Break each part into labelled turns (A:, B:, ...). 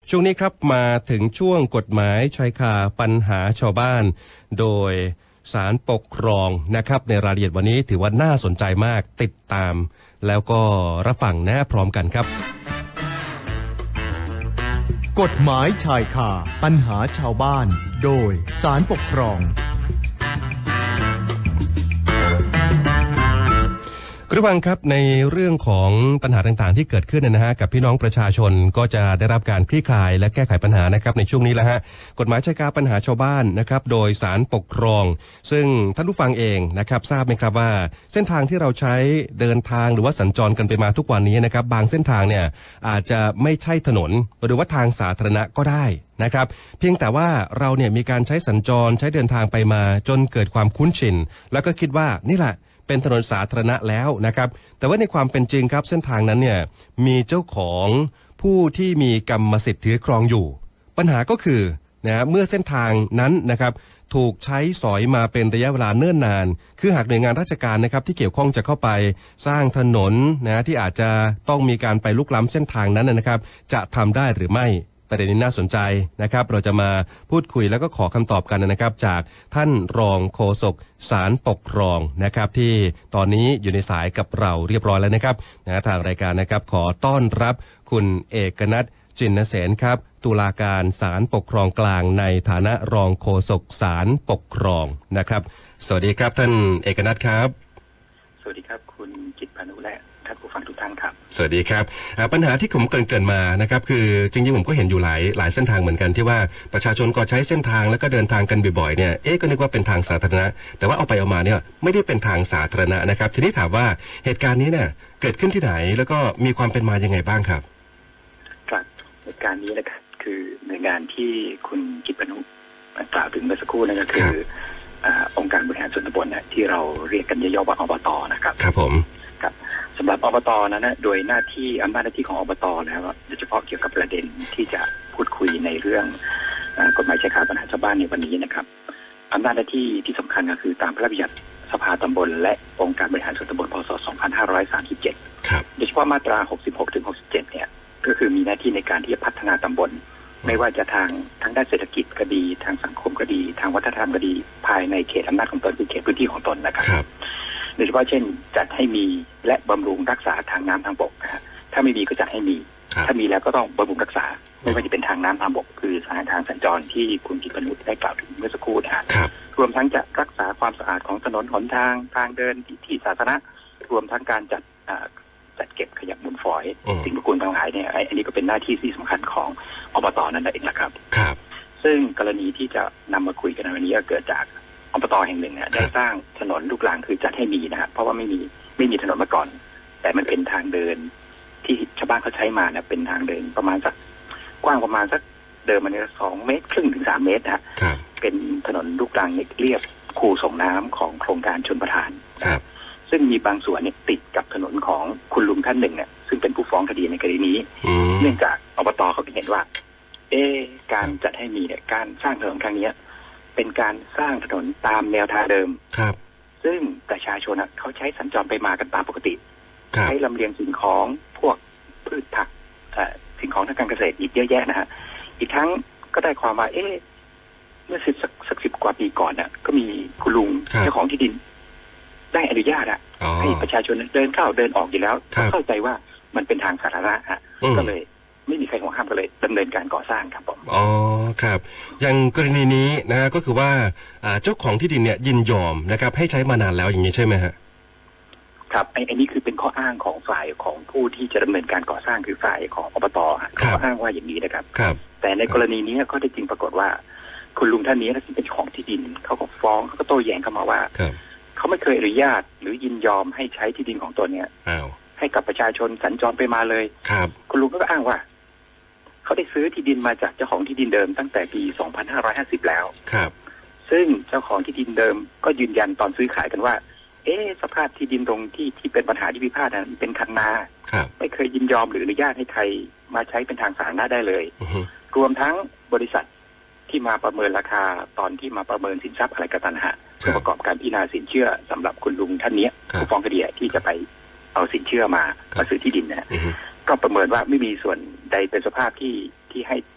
A: ช่วงนี้ครับมาถึงช่วงกฎหมายชายคาปัญหาชาวบ้านโดยศาลปกครองนะครับในรายละเอียดวันนี้ถือว่าน่าสนใจมากติดตามแล้วก็รับฟังนะพร้อมกันครับ
B: กฎหมายชายคาปัญหาชาวบ้านโดยศาลปกครอง
A: คุณผู้ฟังครับในเรื่องของปัญหาต่างๆที่เกิดขึ้นนะฮะกับพี่น้องประชาชนก็จะได้รับการคลี่คลายและแก้ไขปัญหานะครับในช่วงนี้แหละฮะกฎหมายชายคาปัญหาชาวบ้านนะครับโดยศาลปกครองซึ่งท่านผู้ฟังเองนะครับทราบไหมครับว่าเส้นทางที่เราใช้เดินทางหรือว่าสัญจรกันไปมาทุกวันนี้นะครับบางเส้นทางเนี่ยอาจจะไม่ใช่ถนนหรือว่าทางสาธารณะก็ได้นะครับเพียงแต่ว่าเราเนี่ยมีการใช้สัญจรใช้เดินทางไปมาจนเกิดความคุ้นชินแล้วก็คิดว่านี่แหละเป็นถนนสาธารณะแล้วนะครับแต่ว่าในความเป็นจริงครับเส้นทางนั้นเนี่ยมีเจ้าของผู้ที่มีกรรมสิทธิ์ถือครองอยู่ปัญหาก็คือนะเมื่อเส้นทางนั้นนะครับถูกใช้สอยมาเป็นระยะเวลาเนิ่นนานคือหากหน่วยงานราชการนะครับที่เกี่ยวข้องจะเข้าไปสร้างถนนนะที่อาจจะต้องมีการไปลุกล้ำเส้นทางนั้นนะครับจะทำได้หรือไม่ประเด็นนี้น่าสนใจนะครับเราจะมาพูดคุยแล้วก็ขอคำตอบกันนะครับจากท่านรองโฆษกศาลปกครองนะครับที่ตอนนี้อยู่ในสายกับเราเรียบร้อยแล้วนะครับทางรายการนะครับขอต้อนรับคุณเอกนัทจินเสนครับตุลาการศาลปกครองกลางในฐานะรองโฆษกศาลปกครองนะครับสวัสดีครับท่านเอกนัทครับ
C: สวัสดีครับคุณจิตพานุและท่านผู้ฟังทุกท่านครับ
A: สวัสดีครับปัญหาที่ผมเกริ่นมานะครับคือจริงๆผมก็เห็นอยู่หลายเส้นทางเหมือนกันที่ว่าประชาชนก็ใช้เส้นทางแล้วก็เดินทางกันบ่อยๆเนี่ยก็นึกว่าเป็นทางสาธารณะแต่ว่าเอาไปเอามาเนี่ยไม่ได้เป็นทางสาธารณะนะครับทีนี้ถามว่าเหตุการณ์นี้เนี่ยเกิดขึ้นที่ไหนแล้วก็มีความเป็นมายังไงบ้างครับ
C: ครับเหตุการณ์นี้นะครับคือหน่วยงานที่คุณจิตพานุกล่าวถึงเมื่อสักครู่นั่นก็คือองค์การบริหารส่วนตำบลนะที่เราเรียกกันย่อๆว่าอบต.นะครับ
A: ครับผม
C: ครับสำหรับอบต.นั้นนะโดยหน้าที่อำนาจหน้าที่ของอบต.นะครับโดยเฉพาะเกี่ยวกับประเด็นที่จะพูดคุยในเรื่องกฎหมายชายคาปัญหาชาวบ้านในวันนี้นะครับอำนาจหน้าที่ที่สำคัญก็คือตามพระราชบัญญัติสภาตำบลและองค์การบริหารส่วนตำบลพ.ศ. 2537
A: ครับ
C: โดยเฉพาะมาตรา 66 ถึง 67 เนี่ยก็คือมีหน้าที่ในการที่จะพัฒนาตำบลไม่ว่าจะทางด้านเศรษฐกิจก็ดีทางสังคมก็ดีทางวัฒนธรรมก็ดีภายในเขตอำนาจของตนคือเขตพื้นที่ของตนนะครับโดยเฉพาะเช่นจัดให้มีและบำรุงรักษาทางน้ำทางบกนะฮะถ้าไม่มีก็จัดให้มีถ้ามีแล้วก็ต้องบำรุงรักษาไม่ว่าจะเป็นทางน้ำทางบกคือทางสัญจรที่คุณจิตพานุได้กล่าวถึงเมื่อสักครู่นะฮะรวมทั้งจะรักษาความสะอาดของถนนหนทางเดินที่สาธารณะรวมทั้งการจัดเก็บขยะมูลฝอยสิ่งปฏิกูลทั้งหลายเนี่ยอันนี้ก็เป็นหน้าที่ที่สำคัญของอบต.นั่นเองแหละครับซึ่งกรณีที่จะนำมาคุยกันในวันนี้ก็เกิดจากอบต.แห่งหนึ่งได้สร้างถนนลูกรังคือจัดให้มีนะครับเพราะว่าไม่มีถนนมาก่อนแต่มันเป็นทางเดินที่ชาวบ้านเขาใช้มาเนี่ยเป็นทางเดินประมาณสักกว้างประมาณสักเดิมมันเนี่ย2.5 เมตรถึง 3 เมตรนะฮะเป็นถนนลูกรังเรียบคูส่งน้ำของโครงการชลประทานซึ่งมีบางส่วนเนี่ยติดกับถนนของคุณลุงท่านหนึ่งเนี่ยซึ่งเป็นผู้ฟ้องคดีในคดีนี้เนื่องจากอบต.เขาเห็นว่าการจัดให้มีเนี่ยการสร้างถนนครั้งนี้เป็นการสร้างถนนตามแนวทางเดิมซึ่งประชาชนเขาใช้สัญจรไปมากันตามปกติใช้ลำเลียงสิ่งของพวกพืชผักสิ่งของทางการเกษตรอีกเยอะแยะนะฮะอีกทั้งก็ได้ความว่าเมื่อสัก 10 กว่าปีก่อนน่ะก็มีคุณลุงเจ้าของที่ดินได้อนุญาตให้ประชาชนเดินเข้าเดินออกอยู่แล้วเข้าใจว่ามันเป็นทางสาธารณะก็เลยไม่มีใครห่วงห้ามก็เลยดำเนินการก่อสร้างครับผม
A: อ๋อครับอย่างกรณีนี้นะก็คือว่าเจ้าของที่ดินเนี่ยยินยอมนะครับให้ใช้มานานแล้วอย่างนี้ใช่ไหมฮะ
C: ครับอันนี้คือเป็นข้ออ้างของฝ่ายของผู้ที่จะดำเนินการก่อสร้างคือฝ่ายของอบต.เขาอ้างว่าอย่างนี้นะครับแต่ในกรณีนี้ก็ได้จริงปรากฏว่าคุณลุงท่านนี้ซึ่งเป็นเจ้าของที่ดินเขาก็ฟ้องเขาก็โต้แย้งเข้ามาว่าเขาไม่เคยอนุญาตหรือยินยอมให้ใช้ที่ดินของตนเนี่ยให้กับประชาชนสัญจรไปมาเลยคุณลุงก็อ้างว่าเขาได้ซื้อที่ดินมาจากเจ้าของที่ดินเดิมตั้งแต่ปี 2550 แล้วซึ่งเจ้าของที่ดินเดิมก็ยืนยันตอนซื้อขายกันว่าสภาพที่ดินตรงที่เป็นปัญหาที่พิพาทนั้นเป็นคันนาไม่เคยยินยอมหรืออนุญาตให้ใครมาใช้เป็นทางสาธารณะได้เลยรวมทั้งบริษัทที่มาประเมินราคาตอนที่มาประเมินสินทรัพย์อะไรกันนะฮะประกอบการพิจารณาสินเชื่อสำหรับคุณลุงท่านนี้ผู้ฟ้องคดีที่จะไปเอาสินเชื่อมาซื้อที่ดินนะก็ประเมินว่าไม่มีส่วนใดเป็นสภาพที่ให้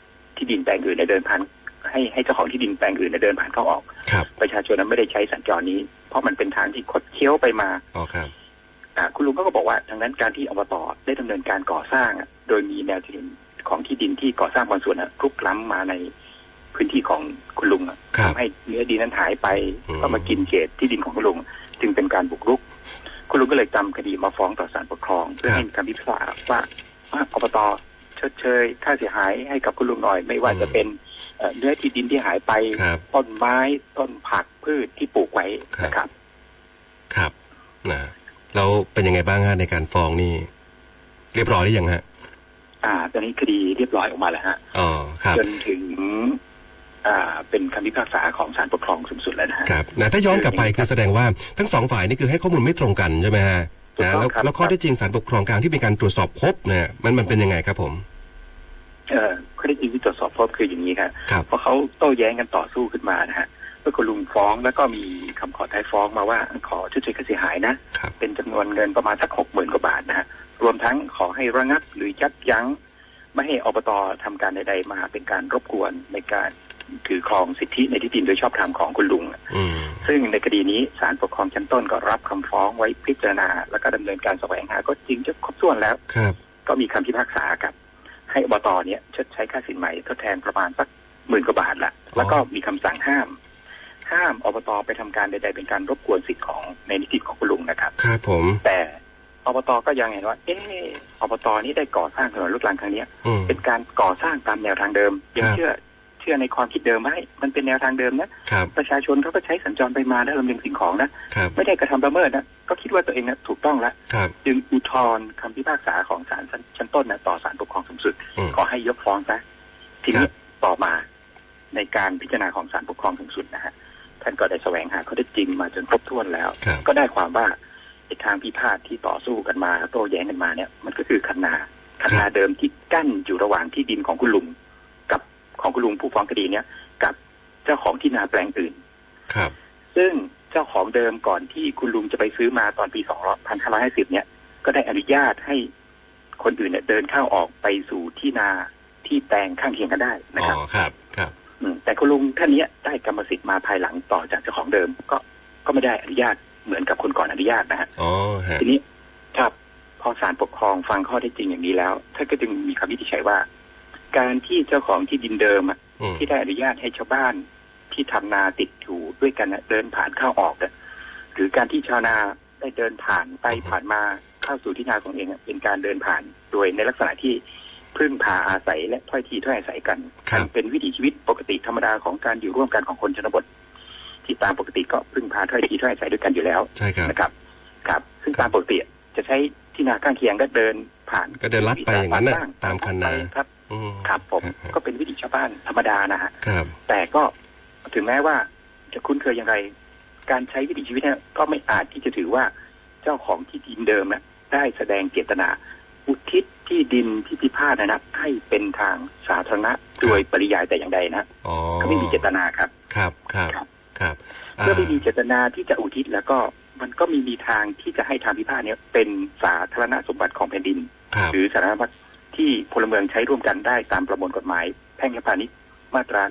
C: ที่ดินแปลงอื่นเดินผ่านให้เจ้าของที่ดินแปลงอื่นเดินผ่านเข้าออกประชาชนนั้นไม่ได้ใช้สัญจรนี้เพราะมันเป็นทางที่คดเคี้ยวไปมาคุณลุงก็บอกว่าดังนั้นการที่อบต.ได้ดำเนินการก่อสร้างโดยมีแนวที่ดินของที่ดินที่ก่อสร้างบางส่วนรุกล้ำมาในพื้นที่ของคุณลุงทำให้เนื้อดินนั้นหายไปก็มากินเขตที่ดินของคุณลุงจึงเป็นการบุกรุกคุณลุงก็เลยจำคดีมาฟ้องต่อศาลปกครองเพื่อให้คำพิพากษาว่าอบต.ชดเชยค่าเสียหายให้กับคุณลุงหน่อยไม่ว่าจะเป็นเนื้อที่ดินที่หายไปต้นไม้ต้นผักพืชที่ปลูกไว้นะครับ
A: ครับแล้วเป็นยังไงบ้างฮะในการฟ้องนี่เรียบร้อยหรือยังฮะ
C: ตอนนี้คดีเรียบร้อยออกมาแล้วฮะจนถึงเป็นคำพิพากษาของศาลปกครองสูงสุดแล้วนะครับ
A: ถ้าย้อนกลับไปคือแสดงว่าทั้งสองฝ่ายนี่คือให้ข้อมูลไม่ตรงกันใช่ไหมฮะแล้วข้อเท็จจริงศาลปกครองกลางที่มีการตรวจสอบพบเนี่ยมันเป็นยังไงครับผม
C: ข้อเท็จจริงที่ตรวจสอบพบคืออย่างนี้ครับเพราะเขาโต้แย้งกันต่อสู้ขึ้นมานะฮะเมื่อคุณลุงฟ้องแล้วก็มีคำขอท้ายฟ้องมาว่าขอชดเชยค่าเสียหายนะเป็นจำนวนเงินประมาณสัก 60,000 กว่าบาทนะฮะรวมทั้งขอให้ระงับหรือยับยั้งไม่ให้อบต.ทำการใดๆมาเป็นการรบกวนในการถือครองสิทธิในที่ดินโดยชอบธรรมของคุณลุงซึ่งในคดีนี้ศาลปกครองชั้นต้นก็รับคำฟ้องไว้พิจารณาแล้วก็ดำเนินการแสวงหาก็จริงจะครบถ้วนแล้วก็มีคำพิพากษากับให้อบต.เนี่ยชดใช้ค่าสินไหมทดแทนประมาณสัก 10,000 กว่าบาทละแล้วก็มีคำสั่งห้ามอบต.ไปทำการใดๆเป็นการรบกวนสิทธิของในนิติของคุณลุงนะครับ
A: ครับผม
C: แต่อบต.ก็ยังเห็นว่าอบต.นี้ได้ก่อสร้างถนนลูกรังครั้งนี้เป็นการก่อสร้างตามแนวทางเดิมยังเชื่อในความคิดเดิมไหมมันเป็นแนวทางเดิมนะประชาชนเขาก็ใช้สัญจรไปมาได้ลำเลียงสิ่งของนะไม่ได้กระทำละเมิดนะก็คิดว่าตัวเองนะถูกต้องแล้วจึงอุทธรณ์คำพิพากษาของศาลชั้นต้นนะต่อศาลปกครองสูงสุดขอให้ยกฟ้องซะทีนี้ต่อมาในการพิจารณาของศาลปกครองสูงสุดนะฮะท่านก็ได้แสวงหาข้อเท็จจริงมาจนครบถ้วนแล้วก็ได้ความว่าทางพิพาทที่ต่อสู้กันมาโต้แย้งกันมาเนี่ยมันก็คือคันนาเดิมที่กั้นอยู่ระหว่างที่ดินของคุณลุงกับของคุณลุงผู้ฟ้องคดีเนี่ยกับเจ้าของที่นาแปลงอื่น
A: ครับ
C: ซึ่งเจ้าของเดิมก่อนที่คุณลุงจะไปซื้อมาตอนปี2550เนี่ยก็ได้อนุญาตให้คนอื่นเนี่ยเดินเข้าออกไปสู่ที่นาที่แปลงข้างเคียงกันได้นะครับ
A: ครับ
C: แต่คุณลุงท่านนี้ได้กรรมสิทธิ์มาภายหลังต่อจากเจ้าของเดิมก็ไม่ได้อนุญาตเหมือนกับคนก่อนอนุญาตนะฮะทีนี้ครับพอศาลปกครองฟังข้อเท็จจริงอย่างนี้แล้วท่านก็จึงมีคำวินิจฉัยว่าการที่เจ้าของที่ดินเดิมที่ได้อนุญาตให้ชาวบ้านที่ทำนาติดอยู่ด้วยกันเดินผ่านเข้าออกหรือการที่ชาวนาได้เดินผ่านไปผ่านมาเข้าสู่ที่นาของเองเป็นการเดินผ่านโดยในลักษณะที่พึ่งพาอาศัยและถ้อยทีถ้อยอาศัยกันเป็นวิถีชีวิตปกติธรรมดาของการอยู่ร่วมกันของคนชนบทที่ตามปกติก็พึ่งพาถ้อยทีถ้อยอาศัยด้วยกันอยู่แล้วนะครับซึ่งตามปกติจะใช้ที่นาข้างเคียงก็เดินผ่าน
A: ก็เดินลัดไปอย่างนั้นนะตามคันนา
C: ครับผมก็เป็นวิถีชาวบ้านธรรมดานะฮะแต่ก็ถึงแม้ว่าจะคุ้นเคยอย่างไรการใช้วิถีชีวิตเนี่ยก็ไม่อาจที่จะถือว่าเจ้าของที่ดินเดิมนะได้แสดงเจตนาอุทิศที่ดินที่พิพาทนะให้เป็นทางสาธารณะโดยปริยายแต่อย่างใดนะก็ไม่มีเจตนาครับเมื่อไม่มีเจตนาที่จะอุทิศแล้วก็มันก็มีทางที่จะให้ทางพิพาทเนี่ยเป็นสาธารณสมบัติของแผ่นดินหรือสาธารณสมบัติที่พลเมืองใช้ร่วมกันได้ตามประมวลกฎหมายแพ่งและพาณิชย์มาตรา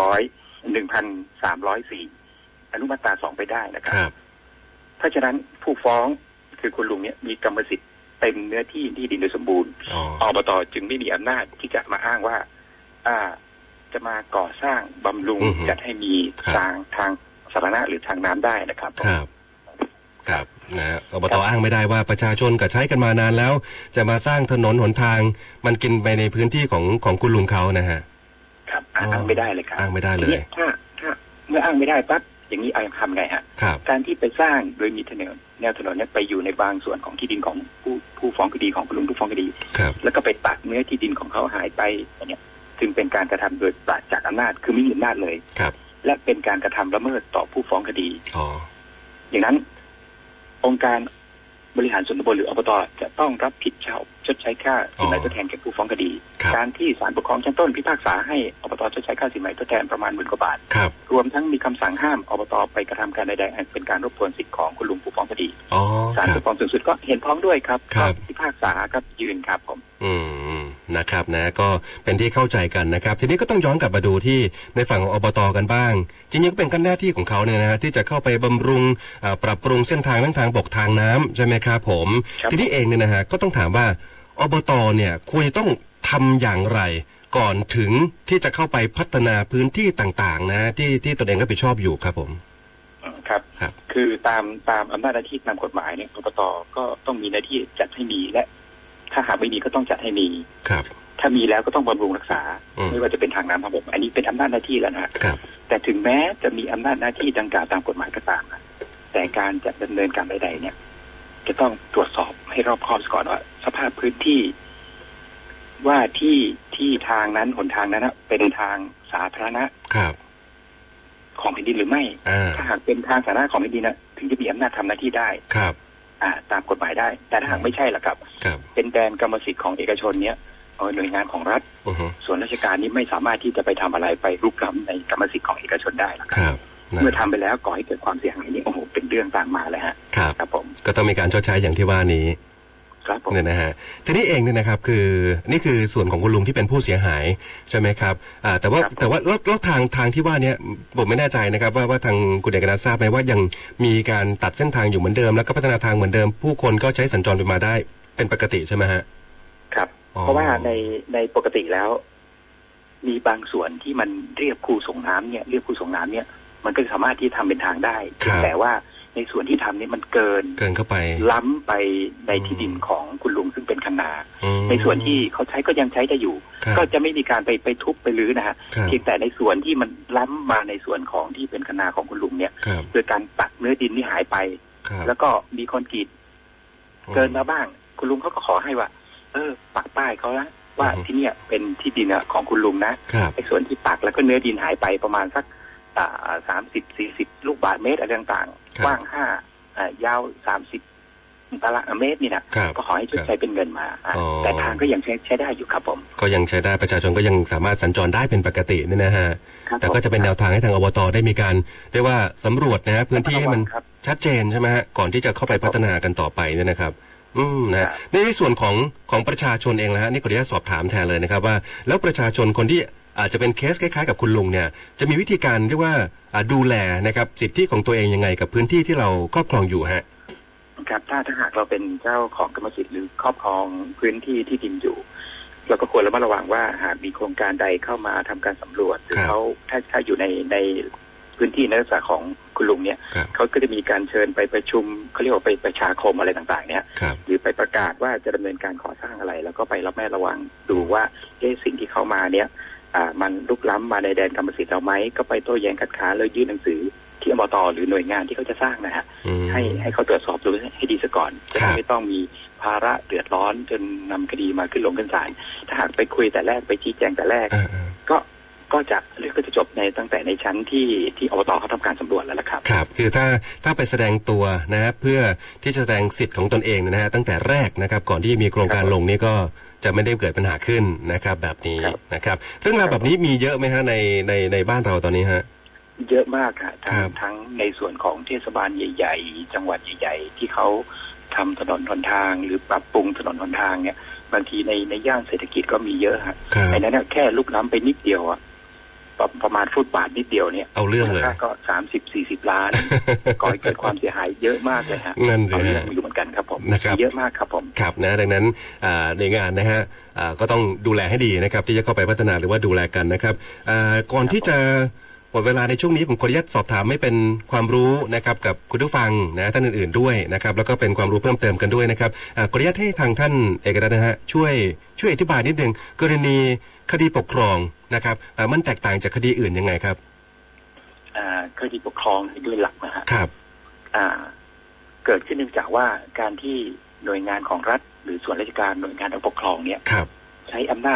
C: 100 1,304 อนุมาตรา 2ไปได้นะครับเพราะฉะนั้นผู้ฟ้องคือคุณลุงเนี่ยมีกรรมสิทธิ์เต็มเนื้อที่ที่ดินโดยสมบูรณ์อบต.จึงไม่มีอำนาจที่จะมาอ้างว่าจะมาก่อสร้างบำรุงจัดให้มีทางสาธารณะหรือทางน้ำได้นะครับ
A: นะอบต.อ้างไม่ได้ว่าประชาชนก็ใช้กันมานานแล้วจะมาสร้างถนนหนทางมันกินไปในพื้นที่ของคุณลุงเขานะฮะ
C: ครับอ้างไม่ได้เลยครับ
A: อ้างไม่ได้เลย
C: ถ้าเมื่ออ้างไม่ได้ปั๊บอย่างนี้ทำไงฮะการที่ไปสร้างโดยมีแนวถนนเนี่ยไปอยู่ในบางส่วนของที่ดินของผู้ฟ้องคดีของคุณลุงผู้ฟ้องคดีแล้วก็ไปตัดเนื้อที่ดินของเขาหายไปเนี่ยจึงเป็นการกระทำโดยปราศจากอำนาจคือไม่มีอำนาจเลยและเป็นการกระทำละเมิดต่อผู้ฟ้องคดีอย่างนั้นองค์การบริหารส่วนตำบลหรืออบต.จะต้องรับผิดชอบชดใช้ค่าสินไหมทดแทนแก่ผู้ฟ้องคดี
A: ครับ
C: การที่ศาลปกครองชั้นต้นพิพากษาให้อบตชดใช้ค่าสินไหมทดแทนประมาณ10,000 กว่าบาท
A: ครับ
C: รวมทั้งมีคำสั่งห้ามอบตไปกระทำการใดๆอันเป็นการรบกวนสิทธิของคุณลุงผู้ฟ้องคดี
A: อ๋อ
C: ศาล
A: ค
C: ป
A: รับ
C: กครองสูงสุดก็เห็นพ้องด้วยครับ
A: ครั
C: ก็
A: บ
C: พิพากษาครับยืนครับผม
A: นะครับนะก็เป็นที่เข้าใจกันนะครับทีนี้ก็ต้องย้อนกลับมาดูที่ในฝั่งของอบต.กันบ้างจริงๆก็เป็นหน้าที่ของเขาเนี่ยนะฮะที่จะเข้าไปบำรุงปรับปรุงเส้นทางทั้งทางบกทางน้ำใช่ไหมครับผม
C: ครับ
A: ทีนี้เองเนี่ยนะฮะก็ต้องถามว่าอบต.เนี่ยควรจะต้องทำอย่างไรก่อนถึงที่จะเข้าไปพัฒนาพื้นที่ต่างๆนะที่ตนเองรับผิดชอบอยู่ครับผม
C: ครับ
A: ครับ
C: คือตามอำนาจหน้าที่ตามกฎหมายเนี่ยอบต.ก็ต้องมีหน้าที่จัดให้มีและถ้าหากไม่มีก็ต้องจัดให้มี
A: ครับ
C: ถ้ามีแล้วก็ต้องบำรุงรักษา
A: อืม
C: ไม่ว่าจะเป็นทางน้ำทางบกอันนี้เป็นอำนาจหน้าที่แล้วนะฮะ
A: ครับ
C: แต่ถึงแม้จะมีอำนาจหน้าที่ดังกล่าวตามกฎหมายก็ตามนะแต่การจะดำเนินการใดๆเนี่ย จะต้องตรวจสอบให้รอบคอบก่อนว่า สภาพพื้นที่ว่าที่ทางนั้นหนทางนั้นนะเป็นทางสาธารณะ
A: ครับ
C: ของแผ่นดินหรือไม่ ถ้าหากเป็นทางสาธารณะของแผ่นดินนะถึงจะมีอำนาจทำหน้าที่ได้
A: ครับ
C: ตามกฎหมายได้ แต่ถ้าหากไม่ใช่ล่ะครับ
A: ครับ
C: เป็นแดนกรรมสิทธิ์ของเอกชนเนี้ยหน่วยงานของรัฐ
A: อือฮึ
C: ส่วนราชการนี้ไม่สามารถที่จะไปทำอะไรไปรุกล้ำในกรรมสิทธิ์ของเอกชนได้หรอก
A: ครับนะ
C: เมื่อทำไปแล้วก่อให้เกิดความเสียหายนี่โอ้โหเป็นเรื่องตามมาเลยฮะ
A: ครับ
C: ครับผม
A: ก็ต้องมีการชดใช้อย่างที่ว่านี้
C: ครับผม
A: เนี่ยนะฮะทีนี้เองเนี่ยนะครับคือนี่คือส่วนของคุณลุงที่เป็นผู้เสียหายใช่ไหมครับแต่ว่าแล้วทางที่ว่าเนี่ยผมไม่แน่ใจนะครับว่าทางคุณเอกนัททราบไหมว่ายังมีการตัดเส้นทางอยู่เหมือนเดิมแล้วก็พัฒนาทางเหมือนเดิมผู้คนก็ใช้สัญจรไปมาได้เป็นปกติใช่ไหมฮะ
C: ครับ
A: อ๋อ
C: เพราะว่าในปกติแล้ว มีบางส่วนที่มันเรียบคูส่งน้ำเนี่ยมันก็สามารถที่ทำเป็นทางได้ แต่ว่าในส่วนที่ทำนี่มันเกิน
A: เข้าไป
C: ล้ำไปในที่ดินของคุณลุงซึ่งเป็นคันนา
A: อืม
C: ในส่วนที่เขาใช้ก็ยังใช้ได้อยู่
A: ครับ
C: ก็จะไม่มีการไปทุบไปรื้อนะฮะ
A: ครับ
C: เพียงแต่ในส่วนที่มันล้ำมาในส่วนของที่เป็นคันนาของคุณลุงเนี่ย
A: ครับ
C: โดยการตักเนื้อดินที่หายไป
A: ครับ
C: แล้วก็มีคอนกรีตเกินมาบ้าง คุณลุงเขาก็ขอให้ว่า ปักป้ายเขานะว่าที่เนี่ยเป็นที่ดินของคุณลุงนะครับ ไอ้ส่วนที่ปักแล้วก็เนื้อดินหายไปประมาณสัก30-40 ลูกบาศก์เมตรอะไรต่าง
A: ครับ
C: ๆกว้าง5ยาว30 ตารางเมตรนี่นะครับ ก็ขอให้ชดใช้เป็นเงินมา
A: อ๋อ
C: แต่ทางก็ยังใช้ได้อยู่ครับผม
A: ก็ยังใช้ได้ประชาชนก็ยังสามารถสัญจรได้เป็นปกติเนี่ยนะฮะ
C: ครับ
A: แต่ก็จะเป็นแนวทางให้ทางอบต.ได้มีการเรียกว่าสำรวจนะฮะพื้นที่ให้มัน
C: ครับ
A: ชัดเจนใช่ไหมฮะก่อนที่จะเข้าไปพัฒนากันต่อไปเนี่ยนะครับ นะ
C: ครั
A: ฮะ
C: บ
A: ในส่วนของประชาชนเองนะฮะนี่ขออนุญาตสอบถามแทนเลยนะครับว่าแล้วประชาชนคนที่อาจจะเป็นเคสคล้ายๆกับคุณลุงเนี่ยจะมีวิธีการเรียกว่าดูแลนะครับสิทธิของตัวเองยังไงกับพื้นที่ที่เราครอบครองอยู่ฮะ
C: ครับถ้าหากเราเป็นเจ้าของกรรมสิทธิ์หรือครอบครองพื้นที่ที่ดินอยู่เราก็ควรระมัดระวังว่าหากมีโครงการใดเข้ามาทำการสำรวจหรือ
A: ครับ
C: เขาถ้าอยู่ในพื้นที่ในลักษณะของคุณลุงเนี่ย
A: ครับ
C: เขาก็จะมีการเชิญไปประชุมเขาเรียกว่าไปประชาคมอะไรต่างๆเนี่ย
A: ครับ
C: หรือไปประกาศว่าจะดำเนินการก่อสร้างอะไร แล้วก็ไประแวดระวังดูว่าสิ่งที่เข้ามาเนี่ยมันลุกล้ำมาในแดนกรรมสิทธิ์เราไหมก็ไปโต้แย้งคัดค้านแล้วยื่นหนังสือที่อบต.หรือหน่วยงานที่เขาจะสร้างนะฮะ
A: อืม
C: ให้เขาตรวจสอบดูให้ดีซะก่อนจะ
A: ครับ
C: ไม่ต้องมีภาระเดือดร้อนจนนำคดีมาขึ้นศาลถ้าหากไปคุยแต่แรกไปชี้แจงแต่แรก ก็จะจบในตั้งแต่ในชั้นที่อบต.เขาทำการสำรวจแล้วล่ะครับ
A: ครับคือถ้าไปแสดงตัวนะฮะเพื่อที่จะแสดงสิทธิ์ของตนเองนะฮะตั้งแต่แรกนะครับก่อนที่มีโครงการลงนี่ก็จะไม่ได้เกิดปัญหาขึ้นนะครับแบบนี้
C: ครับ
A: นะครับเรื่องราวแบบนี้มีเยอะไหมฮะในบ้านเราตอนนี้ฮะ
C: เยอะมากค่ะ
A: ครับ
C: ทั้งในส่วนของเทศบาลใหญ่ๆจังหวัดใหญ่ๆที่เขาทำถนนหนทาง หรือปรับปรุงถนนหนทางเนี่ยบางทีในย่านเศรษฐกิจก็มีเยอะฮะ
A: ครับ
C: ไอ้นั้นนะแค่ลุกล้ำไปนิดเดียวประมาณฟุตบาทนิดเดียวเนี่ย
A: เอาเรื่องเลย
C: มูลค่าก็30-40 ล้าน ก่อให้เกิดความเสียหายเยอะมากเลยฮะ
A: นั่นสิ
C: เอาเรื่อ
A: ฮะ
C: งอยู่เหมือนกันครับผม
A: นะครับ
C: เยอะมากครับผม
A: ครับนะดังนั้นหน่วยงานนะฮะก็ต้องดูแลให้ดีนะครับที่จะเข้าไปพัฒนาหรือว่าดูแลกันนะครับก่อนที่จะหมดเวลาในช่วงนี้ผมขออนุญาตสอบถามไม่เป็นความรู้นะครับกับคุณผู้ฟังนะท่านอื่นๆด้วยนะครับแล้วก็เป็นความรู้เพิ่มเติมกันด้วยนะครับขออนุญาตให้ทางท่านเอกนัทนะฮะช่วยอธิบายนิดนึงกรณีคดีปกครองนะครับมันแตกต่างจากคดีอื่นยังไงครับ
C: คดีปกครองโดยหลักนะฮะ
A: ครับ
C: เกิดขึ้นเนื่องจากว่าการที่หน่วยงานของรัฐหรือส่วนราชการหน่วยงานทางปกครองเนี่ย
A: ครับ
C: ใช้อำนาจ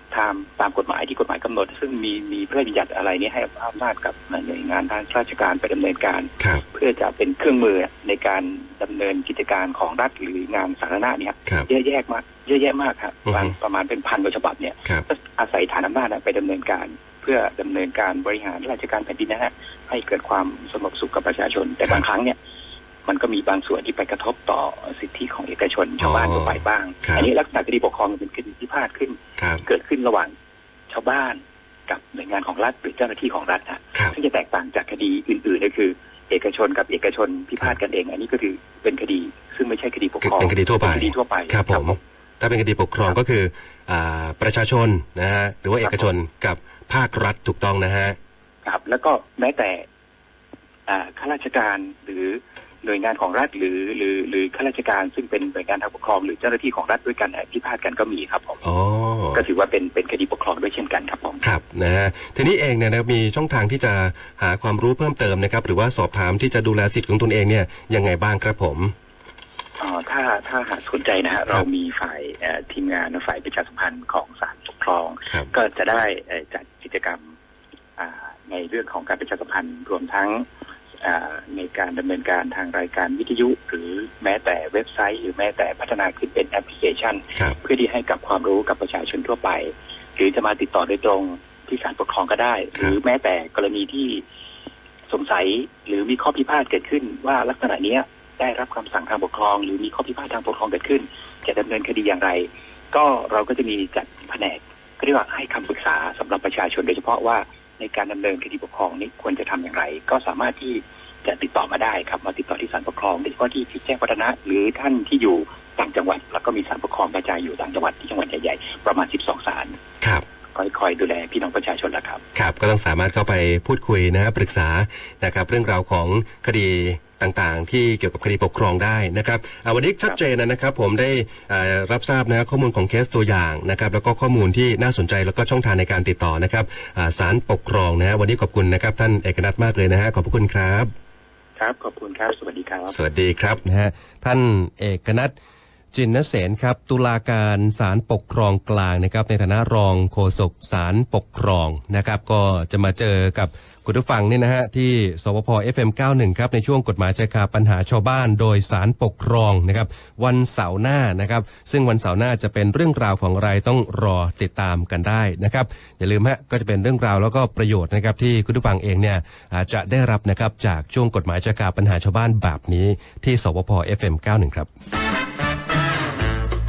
C: ตามกฎหมายที่กฎหมายกำหนดซึ่งมีพระราชบัญญัติอะไรนี้ให้อำนาจกับหน่วยงานทางราชการไปดำเนินการเพื่อจะเป็นเครื่องมือในการดำเนินกิจการของรัฐหรืองานสาธารณะเนี่ยเยอะแยะมากครับประมาณเป็นพันกว่าฉบับเนี่ยก็อาศัยฐานอำนาจไปดำเนินการเพื่อดำเนินการบริหารราชการแผ่นดินนะฮะให้เกิดความสงบสุขกับประชาชนแต่บางครั้งเนี่ยมันก็มีบางส่วนที่ไปกระทบต่อสิทธิของเอกชนชาวบ้านทั่วไปบ้างอันนี้ลักษณะคดีปกครองเป็นคดีพิพาทขึ้นเกิดขึ้นระหว่างชาวบ้านกับหน่วยงานของรัฐหรือเจ้าหน้าที่ของรัฐนะซึ่งจะแตกต่างจากคดีอื่นๆก็คือเอกชนกับเอกชนพิพาทกันเองอันนี้ก็คือเป็นคดีซึ่งไม่ใช่คดีปกครอง
A: เป็นคดีทั่วไปครับผมถ้าเป็นคดีปกครองก็คือประชาชนนะฮะหรือว่าเอกชนกับภาครัฐถูกต้องนะฮะ
C: ครับแล้วก็แม้แต่ข้าราชการหรือหน่วยงานของรัฐหรือข้าราชการซึ่งเป็นหน่วยงานทางปกครองหรือเจ้าหน้าที่ของรัฐด้วยกันพิพาทกันก็มีครับผมก็ถือว่าเป็นคดีปกครองด้วยเช่นกันครับผม
A: ครับนะฮะทีนี้เองเนี่ยมีช่องทางที่จะหาความรู้เพิ่มเติมนะครับหรือว่าสอบถามที่จะดูแลสิทธิ์ของตนเองเนี่ยยังไงบ้างครับผม
C: ถ้าหากสนใจนะฮะเรามีฝ่ายทีมงานฝ่ายประชาสัมพันธ์ของศาลปกครองก็จะได้จัดกิจกรรมในเรื่องของการประชาสัมพันธ์รวมทั้งในการดำเนินการทางรายการวิทยุหรือแม้แต่เว็บไซต์หรือแม้แต่พัฒนาขึ้นเป็นแอปพลิเคชันเพื่อที่ให้กับความรู้กับประชาชนทั่วไปหรือจะมาติดต่อโดยตรงที่ศาลปกครองก็ได้หรือแม้แต่กรณีที่สงสัยหรือมีข้อพิพาทเกิดขึ้นว่าลักษณะนี้ได้รับคำสั่งทางปกครองหรือมีข้อพิพาททางปกครองเกิดขึ้นจะดำเนินคดีอย่างไรก็เราก็จะมีจัดแผนกก็เรียกว่าให้คำปรึกษาสำหรับประชาชนโดยเฉพาะว่าในการดำเนินคดีปกครองนี้ควรจะทำอย่างไรก็สามารถที่จะติดต่อมาได้ครับมาติดต่อที่ศาลปกครองโดยเฉพาะที่แจ้งวัฒนะหรือท่านที่อยู่ต่างจังหวัดแล้วก็มีศาลปกครองกระจายอยู่ต่างจังหวัดที่จังหวัดใหญ่ๆประมาณ12ศาล
A: ครับ
C: คอยดูแลพี่น้องประชาชนละครับ
A: ครับก็ต้องสามารถเข้าไปพูดคุยนะปรึกษานะครับเรื่องราวของคดีต่างๆที่เกี่ยวกับคดีปกครองได้นะครับวันนี้ชัดเจนนะครับผมได้รับทราบนะข้อมูลของเคสตัวอย่างนะครับแล้วก็ข้อมูลที่น่าสนใจแล้วก็ช่องทางในการติดต่อนะครับศาลปกครองนะวันนี้ขอบคุณนะครับท่านเอกนัทมากเลยนะฮะขอบพระคุณครับ
C: ครับขอบคุณครับสวัสดีครับ
A: สวัสดีครับนะฮะท่านเอกนัทจินนเสนครับตุลาการศาลปกครองกลางนะครับในฐานะรองโฆษกศาลปกครองนะครับก็จะมาเจอกับคุณผู้ฟังนี่นะฮะที่สวพ FM 91ครับในช่วงกฎหมายชายคาปัญหาชาวบ้านโดยศาลปกครองนะครับวันเสาร์หน้านะครับซึ่งวันเสาร์หน้าจะเป็นเรื่องราวของอะไรต้องรอติดตามกันได้นะครับอย่าลืมฮะก็จะเป็นเรื่องราวแล้วก็ประโยชน์นะครับที่คุณผู้ฟังเองเนี่ยจะได้รับนะครับจากช่วงกฎหมายชายคาปัญหาชาวบ้านแบบนี้ที่สวพ FM 91ครับ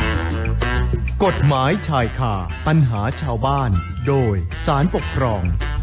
B: กฎหมายชายคาปัญหาชาวบ้านโดยศาลปกครอง